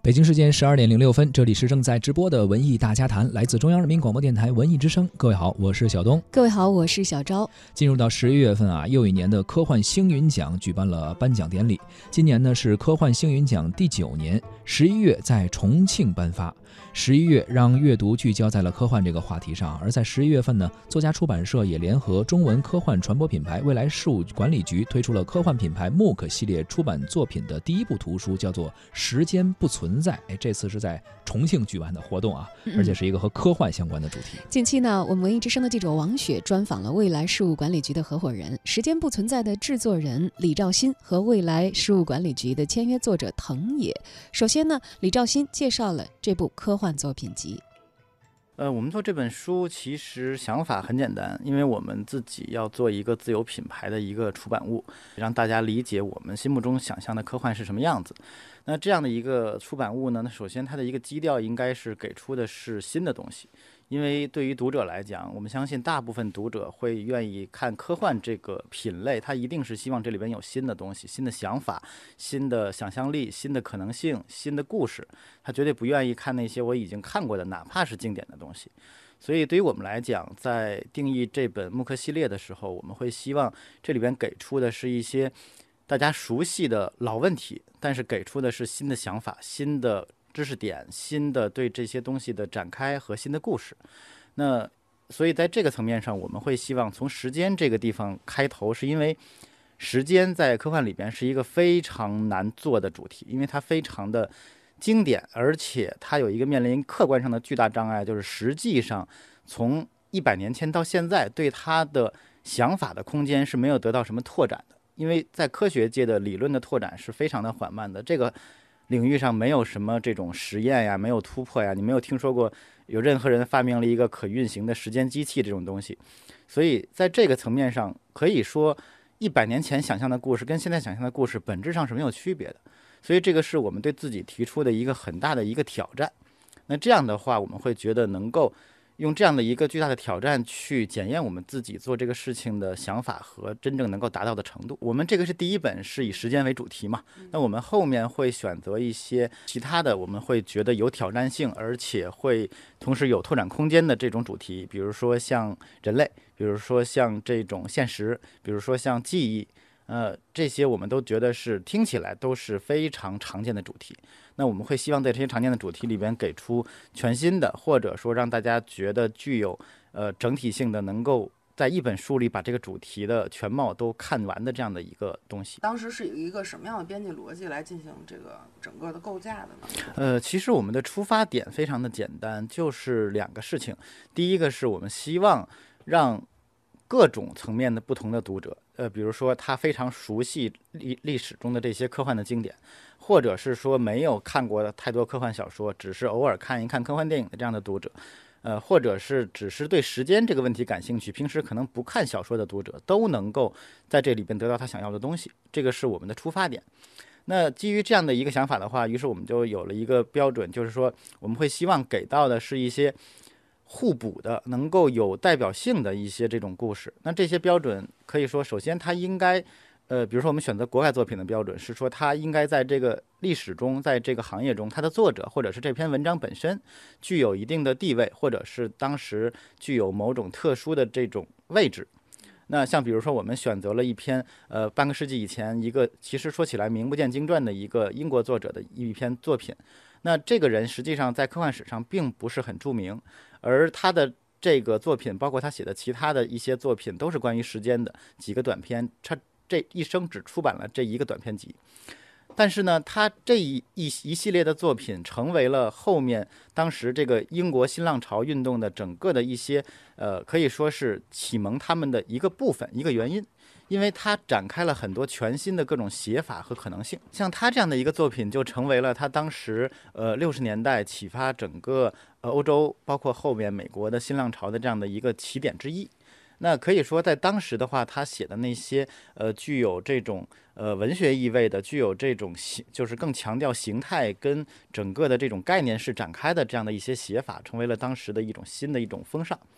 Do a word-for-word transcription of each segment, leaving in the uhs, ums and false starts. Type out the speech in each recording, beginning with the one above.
北京时间十二点零六分，这里是正在直播的文艺大家谈，来自中央人民广播电台文艺之声。各位好，我是小东。 各位好，我是小昭。 进入到十一月份啊，又一年的科幻星云奖举办了颁奖典礼。今年呢是科幻星云奖第九年，十一月在重庆颁发。十一月让阅读聚焦在了科幻这个话题上，而在十一月份呢，作家出版社也联合中文科幻传播品牌未来事务管理局推出了科幻品牌 M O O C 系列出版作品的第一部图书，叫做《时间不存在》。哎，这次是在重庆举办的活动啊，而且是一个和科幻相关的主题。 嗯、近期呢，我们文艺之声的记者王雪专访了未来事务管理局的合伙人、时间不存在的制作人李兆新和未来事务管理局的签约作者藤野。首先呢，李兆新介绍了这部科幻作品集。 呃，我们做这本书其实想法很简单，因为我们自己要做一个自有品牌的一个出版物，让大家理解我们心目中想象的科幻是什么样子。那这样的一个出版物呢，那首先它的一个基调应该是给出的是新的东西，因为对于读者来讲，我们相信大部分读者会愿意看科幻这个品类，他一定是希望这里边有新的东西、新的想法、新的想象力、新的可能性、新的故事，他绝对不愿意看那些我已经看过的，哪怕是经典的东西。所以对于我们来讲，在定义这本慕课系列的时候，我们会希望这里边给出的是一些大家熟悉的老问题，但是给出的是新的想法、新的知识点、新的对这些东西的展开和新的故事。那所以在这个层面上，我们会希望从时间这个地方开头，是因为时间在科幻里边是一个非常难做的主题，因为它非常的经典，而且它有一个面临客观上的巨大障碍，就是实际上从一百年前到现在，对它的想法的空间是没有得到什么拓展的。因为在科学界的理论的拓展是非常的缓慢的，这个领域上没有什么这种实验呀，没有突破呀，你没有听说过有任何人发明了一个可运行的时间机器这种东西。所以在这个层面上，可以说一百年前想象的故事跟现在想象的故事本质上是没有区别的。所以这个是我们对自己提出的一个很大的一个挑战。那这样的话，我们会觉得能够用这样的一个巨大的挑战去检验我们自己做这个事情的想法和真正能够达到的程度。我们这个是第一本是以时间为主题嘛，那我们后面会选择一些其他的我们会觉得有挑战性而且会同时有拓展空间的这种主题，比如说像人类，比如说像这种现实，比如说像记忆，呃，这些我们都觉得是听起来都是非常常见的主题。那我们会希望在这些常见的主题里边给出全新的，或者说让大家觉得具有呃整体性的，能够在一本书里把这个主题的全貌都看完的这样的一个东西。 当时是以一个什么样的编辑逻辑来进行这个整个的构架的呢？ 呃，其实我们的出发点非常的简单，就是两个事情。第一个是我们希望让各种层面的不同的读者，呃，比如说他非常熟悉历历史中的这些科幻的经典，或者是说没有看过太多科幻小说，只是偶尔看一看科幻电影的这样的读者，呃，或者是只是对时间这个问题感兴趣，平时可能不看小说的读者，都能够在这里边得到他想要的东西。这个是我们的出发点。那基于这样的一个想法的话，于是我们就有了一个标准，就是说我们会希望给到的是一些互补的，能够有代表性的一些这种故事。那这些标准可以说，首先它应该呃，比如说我们选择国外作品的标准是说，它应该在这个历史中，在这个行业中，它的作者或者是这篇文章本身具有一定的地位，或者是当时具有某种特殊的这种位置。那像比如说我们选择了一篇呃半个世纪以前一个其实说起来名不见经传的一个英国作者的一篇作品，那这个人实际上在科幻史上并不是很著名，而他的这个作品包括他写的其他的一些作品都是关于时间的几个短篇，他这一生只出版了这一个短篇集。但是呢，他这一一一系列的作品成为了后面当时这个英国新浪潮运动的整个的一些呃，可以说是启蒙他们的一个部分，一个原因。因为它展开了很多全新的各种写法和可能性。像他这样的一个作品，就成为了他当时呃六十年代启发整个呃欧洲，包括后面美国的新浪潮的这样的一个起点之一。那可以说，在当时的话，他写的那些呃具有这种呃文学意味的，具有这种形，就是更强调形态跟整个的这种概念式展开的这样的一些写法，成为了当时的一种新的一种风尚。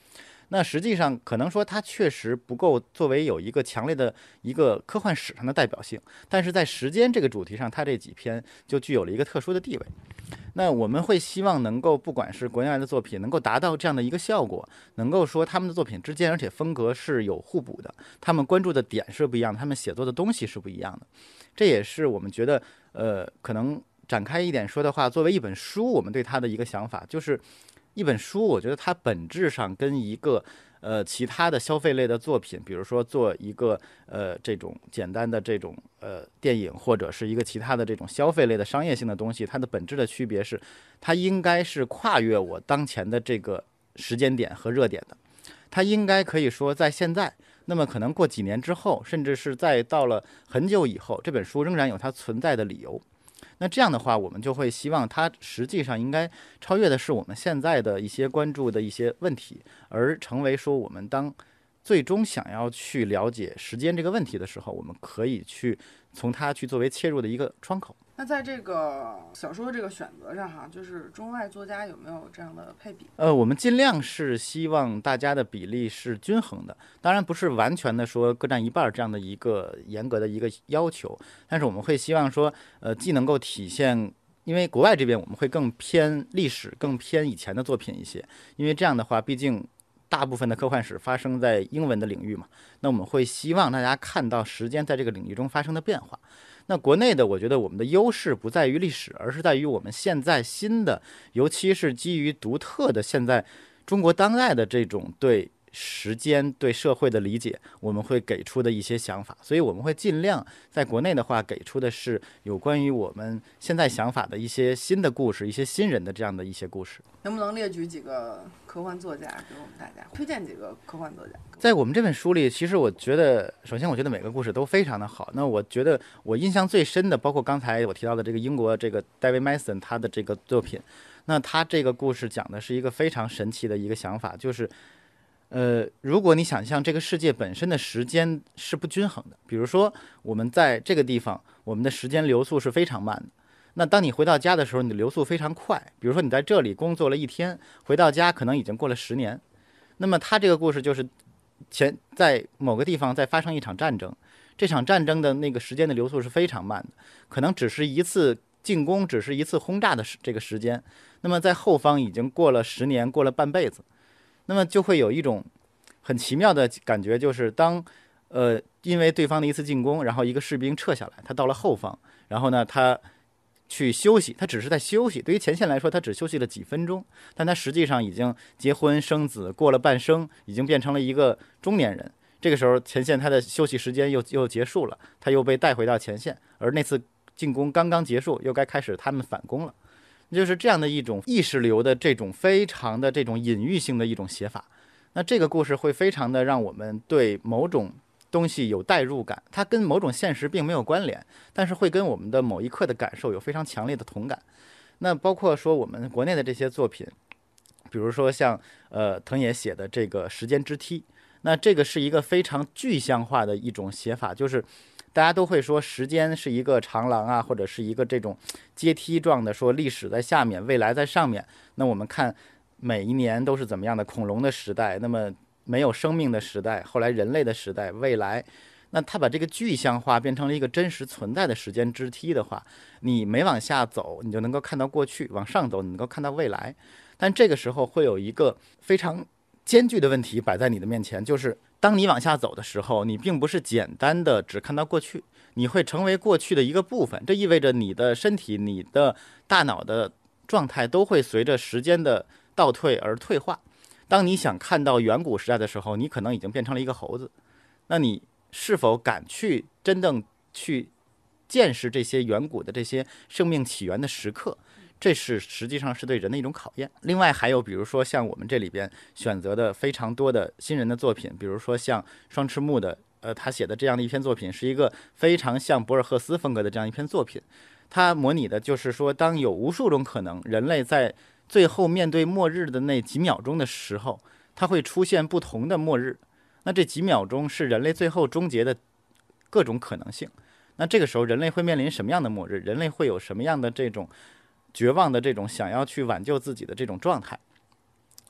那实际上可能说它确实不够作为有一个强烈的一个科幻史上的代表性，但是在时间这个主题上，它这几篇就具有了一个特殊的地位。那我们会希望能够不管是国内外的作品能够达到这样的一个效果，能够说他们的作品之间而且风格是有互补的，他们关注的点是不一样的，他们写作的东西是不一样的。这也是我们觉得呃可能展开一点说的话，作为一本书我们对它的一个想法，就是一本书我觉得它本质上跟一个呃其他的消费类的作品，比如说做一个呃这种简单的这种呃电影，或者是一个其他的这种消费类的商业性的东西，它的本质的区别是它应该是跨越我当前的这个时间点和热点的，它应该可以说在现在，那么可能过几年之后，甚至是再到了很久以后，这本书仍然有它存在的理由。那这样的话，我们就会希望它实际上应该超越的是我们现在的一些关注的一些问题，而成为说我们当最终想要去了解时间这个问题的时候，我们可以去从它去作为切入的一个窗口。 那在这个小说这个选择上哈，就是中外作家有没有这样的配比？ 呃，我们尽量是希望大家的比例是均衡的，当然不是完全的说各占一半这样的一个严格的一个要求，但是我们会希望说，呃，既能够体现，因为国外这边我们会更偏历史，更偏以前的作品一些，因为这样的话，毕竟大部分的科幻史发生在英文的领域嘛，那我们会希望大家看到时间在这个领域中发生的变化。那国内的，我觉得我们的优势不在于历史，而是在于我们现在新的，尤其是基于独特的现在中国当代的这种对时间、对社会的理解，我们会给出的一些想法。所以我们会尽量在国内的话，给出的是有关于我们现在想法的一些新的故事，一些新人的这样的一些故事。 能不能列举几个科幻作家给我们大家推荐几个科幻作家？ 在我们这本书里，其实我觉得，首先我觉得每个故事都非常的好。那我觉得我印象最深的，包括刚才我提到的这个英国这个 David Mason 他的这个作品，那他这个故事讲的是一个非常神奇的一个想法，就是呃，如果你想象这个世界本身的时间是不均衡的，比如说我们在这个地方，我们的时间流速是非常慢的。那当你回到家的时候，你的流速非常快。比如说你在这里工作了一天，回到家可能已经过了十年。那么他这个故事就是前在某个地方在发生一场战争，这场战争的那个时间的流速是非常慢的，可能只是一次进攻，只是一次轰炸的这个时间。那么在后方已经过了十年，过了半辈子。那么就会有一种很奇妙的感觉，就是当呃因为对方的一次进攻，然后一个士兵撤下来，他到了后方，然后呢他去休息，他只是在休息。对于前线来说，他只休息了几分钟，但他实际上已经结婚生子，过了半生，已经变成了一个中年人。这个时候前线他的休息时间又又结束了，他又被带回到前线，而那次进攻刚刚结束，又该开始他们反攻了。就是这样的一种意识流的这种非常的这种隐喻性的一种写法。那这个故事会非常的让我们对某种东西有代入感，它跟某种现实并没有关联，但是会跟我们的某一刻的感受有非常强烈的同感。那包括说我们国内的这些作品，比如说像呃藤野写的这个《时间之梯》，那这个是一个非常具象化的一种写法，就是大家都会说时间是一个长廊啊，或者是一个这种阶梯状的，说历史在下面，未来在上面。那我们看每一年都是怎么样的，恐龙的时代，那么没有生命的时代，后来人类的时代，未来。那他把这个具象化变成了一个真实存在的时间之梯的话，你每往下走，你就能够看到过去；往上走，你能够看到未来。但这个时候会有一个非常艰巨的问题摆在你的面前，就是当你往下走的时候，你并不是简单的只看到过去，你会成为过去的一个部分。这意味着你的身体、你的大脑的状态都会随着时间的倒退而退化。当你想看到远古时代的时候，你可能已经变成了一个猴子。那你是否敢去真正去见识这些远古的这些生命起源的时刻？这是实际上是对人的一种考验。另外还有比如说像我们这里边选择的非常多的新人的作品，比如说像双翅木的呃，他写的这样的一篇作品，是一个非常像博尔赫斯风格的这样一篇作品。他模拟的就是说，当有无数种可能，人类在最后面对末日的那几秒钟的时候，它会出现不同的末日。那这几秒钟是人类最后终结的各种可能性。那这个时候人类会面临什么样的末日？人类会有什么样的这种绝望的这种想要去挽救自己的这种状态？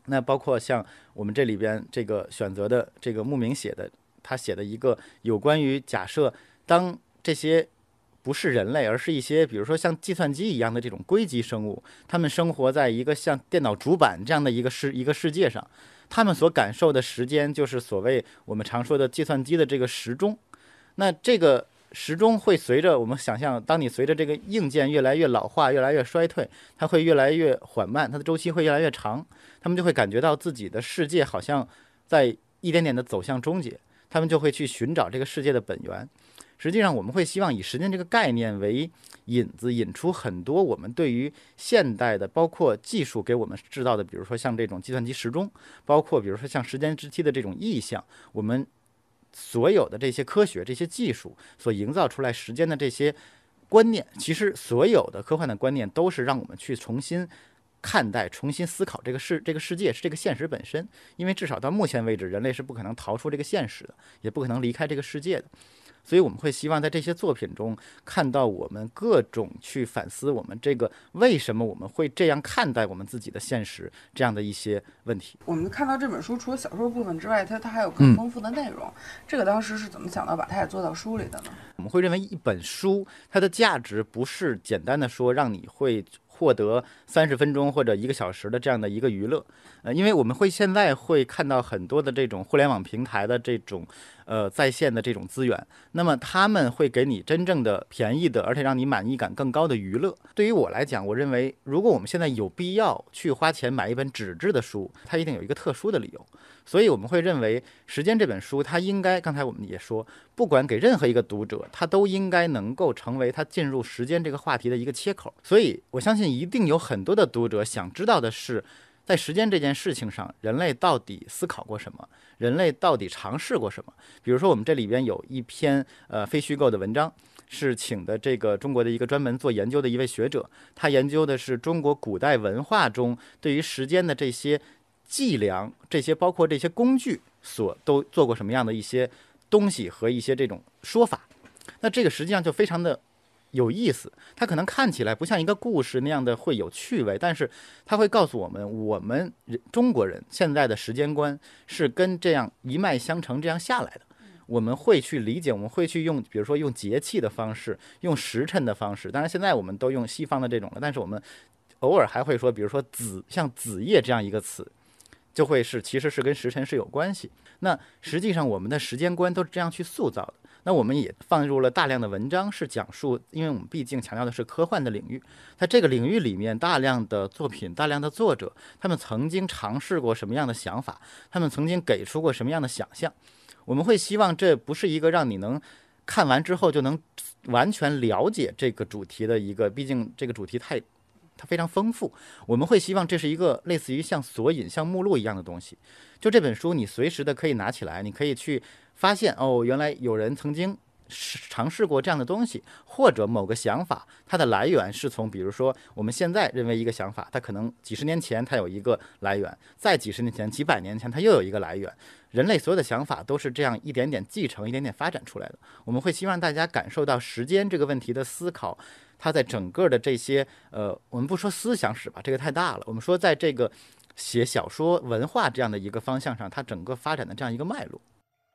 那包括像我们这里边这个选择的这个牧民写的，他写的一个有关于假设当这些不是人类，而是一些比如说像计算机一样的这种硅基生物，他们生活在一个像电脑主板这样的一个世一个世界上，他们所感受的时间就是所谓我们常说的计算机的这个时钟。那这个时钟会随着我们想象，当你随着这个硬件越来越老化、越来越衰退，它会越来越缓慢，它的周期会越来越长，他们就会感觉到自己的世界好像在一点点的走向终结，他们就会去寻找这个世界的本源。实际上我们会希望以时间这个概念为引子，引出很多我们对于现代的包括技术给我们制造的，比如说像这种计算机时钟，包括比如说像时间之梯的这种意象，我们所有的这些科学这些技术所营造出来时间的这些观念，其实所有的科幻的观念都是让我们去重新看待、重新思考这个世这个世界，是这个现实本身。因为至少到目前为止，人类是不可能逃出这个现实的，也不可能离开这个世界的。所以我们会希望在这些作品中看到我们各种去反思我们这个为什么我们会这样看待我们自己的现实这样的一些问题。 我们看到这本书除了小说部分之外，它它还有更丰富的内容、嗯、这个当时是怎么想到把它也做到书里的呢？ 我们会认为一本书它的价值不是简单的说让你会获得三十分钟或者一个小时的这样的一个娱乐，呃，因为我们会现在会看到很多的这种互联网平台的这种呃在线的这种资源，那么他们会给你真正的便宜的，而且让你满意感更高的娱乐。对于我来讲，我认为如果我们现在有必要去花钱买一本纸质的书，它一定有一个特殊的理由。所以我们会认为《时间》这本书，它应该，刚才我们也说，不管给任何一个读者，它都应该能够成为他进入时间这个话题的一个切口。所以我相信一定有很多的读者想知道的是，在时间这件事情上，人类到底思考过什么？人类到底尝试过什么？比如说我们这里边有一篇呃非虚构的文章，是请的这个中国的一个专门做研究的一位学者，他研究的是中国古代文化中对于时间的这些计量，这些包括这些工具所都做过什么样的一些东西和一些这种说法。那这个实际上就非常的有意思，它可能看起来不像一个故事那样的会有趣味，但是它会告诉我们，我们中国人现在的时间观是跟这样一脉相承这样下来的。我们会去理解，我们会去用比如说用节气的方式，用时辰的方式，当然现在我们都用西方的这种了，但是我们偶尔还会说比如说子像子夜这样一个词，就会是其实是跟时辰是有关系。那实际上我们的时间观都是这样去塑造的。那我们也放入了大量的文章，是讲述，因为我们毕竟强调的是科幻的领域，在这个领域里面，大量的作品，大量的作者，他们曾经尝试过什么样的想法，他们曾经给出过什么样的想象。我们会希望这不是一个让你能看完之后就能完全了解这个主题的一个，毕竟这个主题太它非常丰富，我们会希望这是一个类似于像索引、像目录一样的东西。就这本书，你随时的可以拿起来，你可以去发现，哦，原来有人曾经尝试过这样的东西，或者某个想法，它的来源是从，比如说我们现在认为一个想法，它可能几十年前它有一个来源，再几十年前、几百年前它又有一个来源。人类所有的想法都是这样一点点继承、一点点发展出来的。我们会希望大家感受到时间这个问题的思考，它在整个的这些呃，我们不说思想史吧，这个太大了。我们说在这个写小说文化这样的一个方向上，它整个发展的这样一个脉络。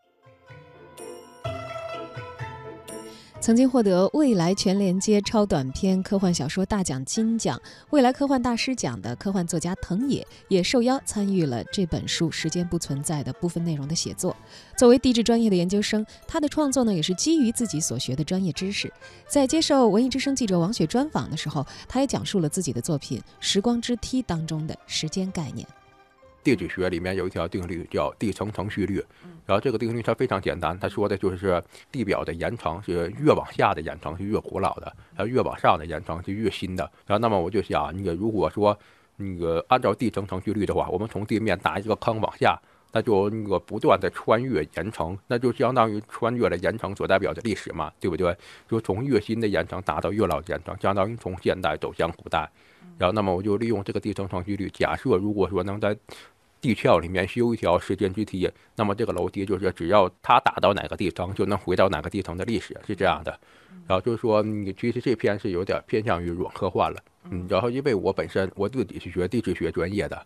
曾经获得未来全连接超短篇科幻小说大奖金奖、未来科幻大师奖的科幻作家藤野也受邀参与了这本书《时间不存在》的部分内容的写作。作为地质专业的研究生，他的创作呢也是基于自己所学的专业知识。在接受文艺之声记者王雪专访的时候，他也讲述了自己的作品《时光之梯》当中的时间概念。 地质学里面有一条定律叫地层程序律，然后这个定律它非常简单，它说的就是地表的岩层是越往下的岩层是越古老的，然后越往上的岩层是越新的。然后那么我就想，那个如果说那个按照地层程序律的话，我们从地面打一个坑往下，那就那个不断的穿越岩层，那就相当于穿越了岩层所代表的历史嘛，对不对？就从越新的岩层打到越老的岩层，相当于从现代走向古代。然后那么我就利用这个地层程序律，假设如果说能在地壳里面修一条时间之梯，那么这个楼梯就是只要它打到哪个地层，就能回到哪个地层的历史，是这样的。然后就是说，你其实这篇是有点偏向于软科幻了。嗯，然后因为我本身我自己是学地质学专业的，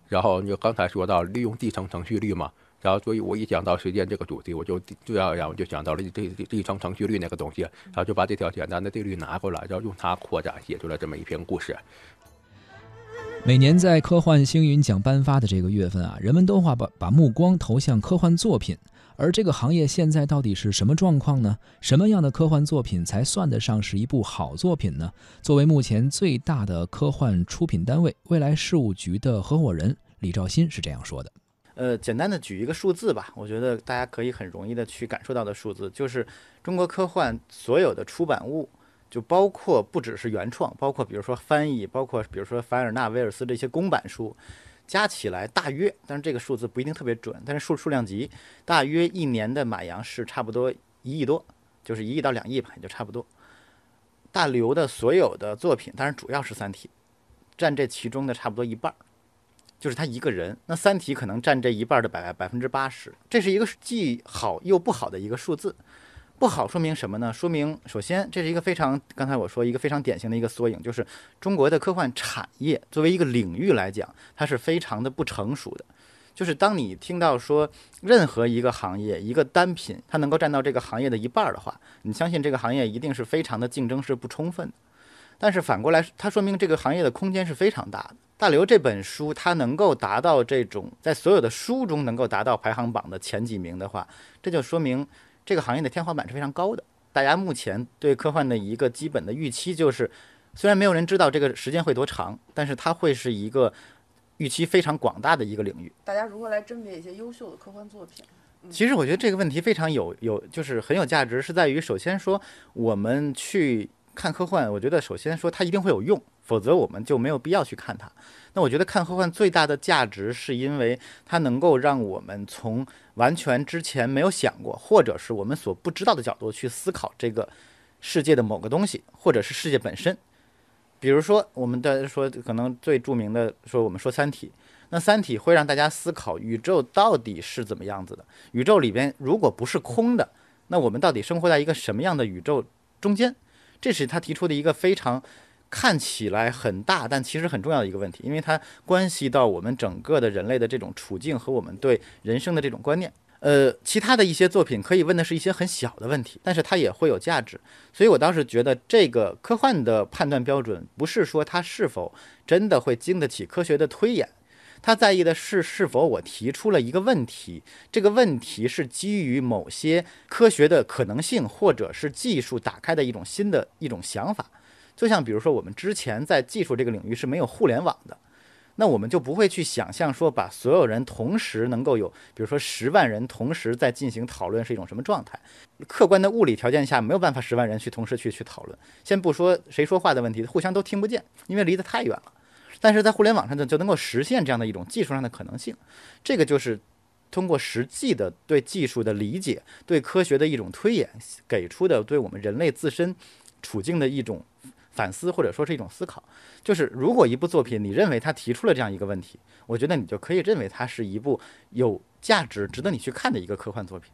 然后就刚才说到利用地层程序率嘛，然后所以我一讲到时间这个主题，我就就要然后就想到了这这地层程序率那个东西，然后就把这条简单的定律拿过来，然后用它扩展写出来这么一篇故事。 每年在科幻星云奖颁发的这个月份啊，人们都会把把目光投向科幻作品。而这个行业现在到底是什么状况呢？什么样的科幻作品才算得上是一部好作品呢？作为目前最大的科幻出品单位未来事务局的合伙人李兆新是这样说的。 呃，简单的举一个数字吧，我觉得大家可以很容易的去感受到的数字，就是中国科幻所有的出版物，就包括不只是原创，包括比如说翻译，包括比如说凡尔纳、威尔斯这些公版书，加起来大约，但是这个数字不一定特别准，但是数数量级大约一年的买洋是差不多一亿多，就是一亿到两亿吧，也就差不多。大刘的所有的作品，当然主要是《三体》，占这其中的差不多一半，就是他一个人。那《三体》可能占这一半的百百分之八十，这是一个既好又不好的一个数字。不好说明什么呢？说明首先这是一个非常，刚才我说一个非常典型的一个缩影，就是中国的科幻产业作为一个领域来讲，它是非常的不成熟的。就是当你听到说任何一个行业一个单品它能够占到这个行业的一半的话，你相信这个行业一定是非常的竞争是不充分的。但是反过来，它说明这个行业的空间是非常大的。大刘这本书它能够达到这种在所有的书中能够达到排行榜的前几名的话，这就说明这个行业的天花板是非常高的。大家目前对科幻的一个基本的预期就是，虽然没有人知道这个时间会多长，但是它会是一个预期非常广大的一个领域。 大家如何来甄别一些优秀的科幻作品？嗯、 其实我觉得这个问题非常有有，就是很有价值，是在于首先说我们去看科幻，我觉得首先说它一定会有用，否则我们就没有必要去看它。那我觉得看科幻最大的价值是因为它能够让我们从完全之前没有想过，或者是我们所不知道的角度去思考这个世界的某个东西，或者是世界本身。比如说我们的说可能最著名的说我们说三体，那三体会让大家思考宇宙到底是怎么样子的，宇宙里边如果不是空的，那我们到底生活在一个什么样的宇宙中间？这是他提出的一个非常看起来很大但其实很重要的一个问题，因为它关系到我们整个的人类的这种处境和我们对人生的这种观念。呃，其他的一些作品可以问的是一些很小的问题，但是它也会有价值。所以我倒是觉得这个科幻的判断标准不是说它是否真的会经得起科学的推演，他在意的是是否我提出了一个问题，这个问题是基于某些科学的可能性，或者是技术打开的一种新的一种想法。就像比如说我们之前在技术这个领域是没有互联网的，那我们就不会去想象说把所有人同时能够有，比如说十万人同时在进行讨论是一种什么状态。客观的物理条件下没有办法十万人去同时去去讨论，先不说谁说话的问题，互相都听不见，因为离得太远了。但是在互联网上就就能够实现这样的一种技术上的可能性，这个就是通过实际的对技术的理解，对科学的一种推演给出的对我们人类自身处境的一种反思，或者说是一种思考。就是如果一部作品你认为它提出了这样一个问题，我觉得你就可以认为它是一部有价值值得你去看的一个科幻作品。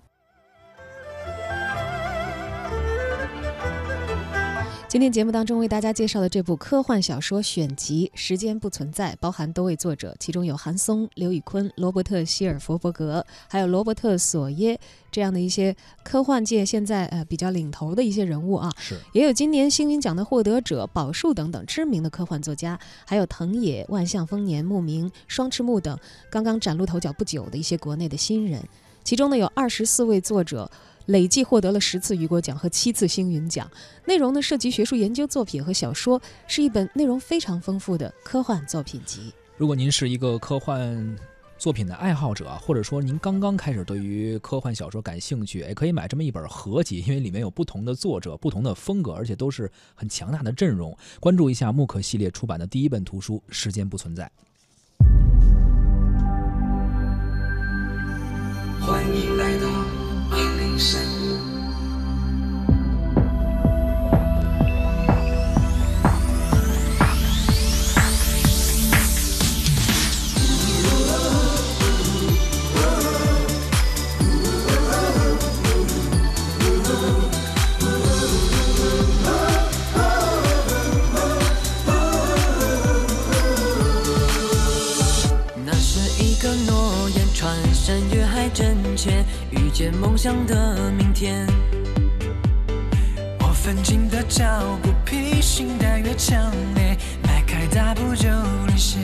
今天节目当中为大家介绍的这部科幻小说选集《时间不存在》，包含多位作者，其中有韩松、刘宇昆、罗伯特·希尔弗伯格，还有罗伯特·索耶这样的一些科幻界现在呃比较领头的一些人物啊。 是， 也有今年星云奖的获得者宝树等等知名的科幻作家，还有藤野、万象丰年、牧明、双翅木等刚刚崭露头角不久的一些国内的新人。其中呢有二十四位作者累计获得了十次雨果奖和七次星云奖，内容呢涉及学术研究作品和小说，是一本内容非常丰富的科幻作品集。 如果您是一个科幻作品的爱好者，或者说您刚刚开始对于科幻小说感兴趣，也可以买这么一本合集，因为里面有不同的作者、不同的风格，而且都是很强大的阵容。关注一下木可系列出版的第一本图书《时间不存在》。 欢迎来到二零三五。那分紧的脚步，披星戴月强烈，迈开大步就领先。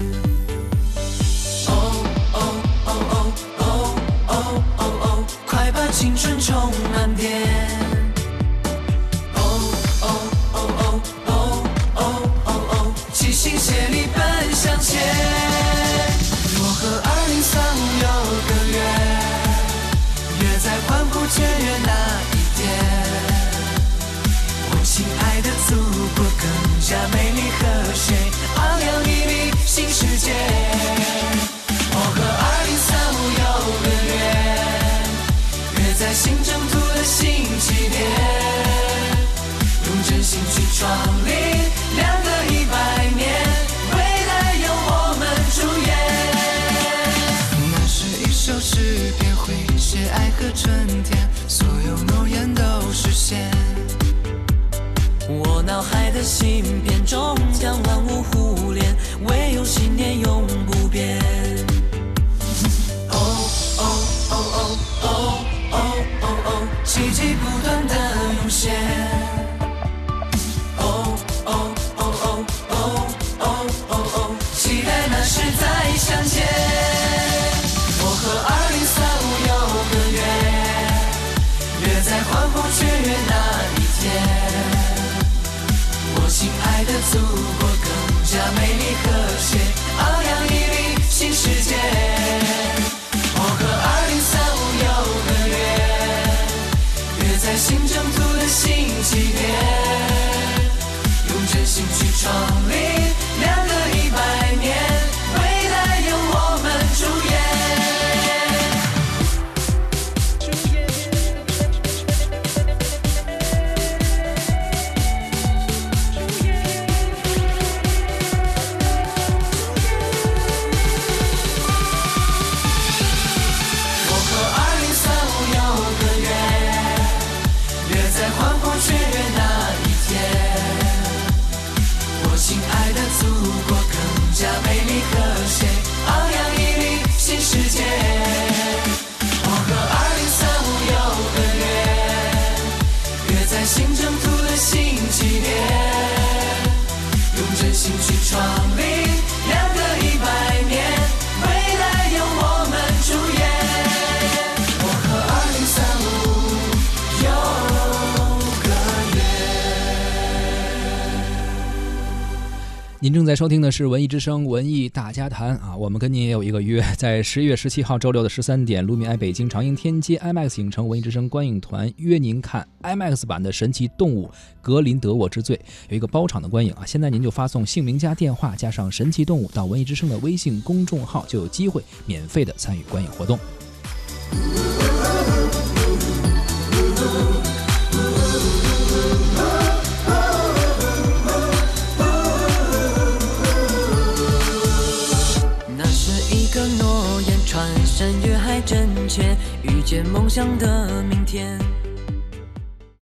哦哦哦哦哦哦哦哦，快把青春充满电。哦哦哦哦哦哦哦哦，齐心协力奔向前。若和二零三五有个约，约在欢呼雀跃那一天。我亲爱的祖国更加美丽和谐，昂扬屹立新世界。我和二零三五有个约，约在新征途的新起点，用真心去创立两个一百年，未来由我们主演。那是一首诗篇，会写爱和春天，所有诺言都实现。我脑海的芯片终将万物互联，唯有信念永不变。哦哦哦哦哦哦哦哦，奇迹不断的涌现。哦哦哦哦哦哦哦哦，期待那时再相见。我和二零三五有个约，约在欢呼雀跃那一天。我亲爱的祖国更加美丽和谐，昂扬屹立新世界。我和二零三五有个约，约在新征途的新起点，用真心去创立两个一百年，未来由我们主演。亲爱的祖国更加美丽和谐，昂扬屹立新世界。我和二零三五有个约，约在新征途的新起点，用真心去创立两个一百年，未来由我们主演。我和二零三五有个约。 您正在收听的是文艺之声文艺大家谈啊，我们跟您也有一个约，在十一月十七号周六的十三点，卢米埃北京长映天街 IMAX 影城文艺之声观影团约您看 IMAX 版的神奇动物格林德沃之罪，有一个包场的观影啊，现在您就发送姓名加电话加上神奇动物到文艺之声的微信公众号，就有机会免费的参与观影活动。 个诺言穿山越海真切，遇见梦想的明天。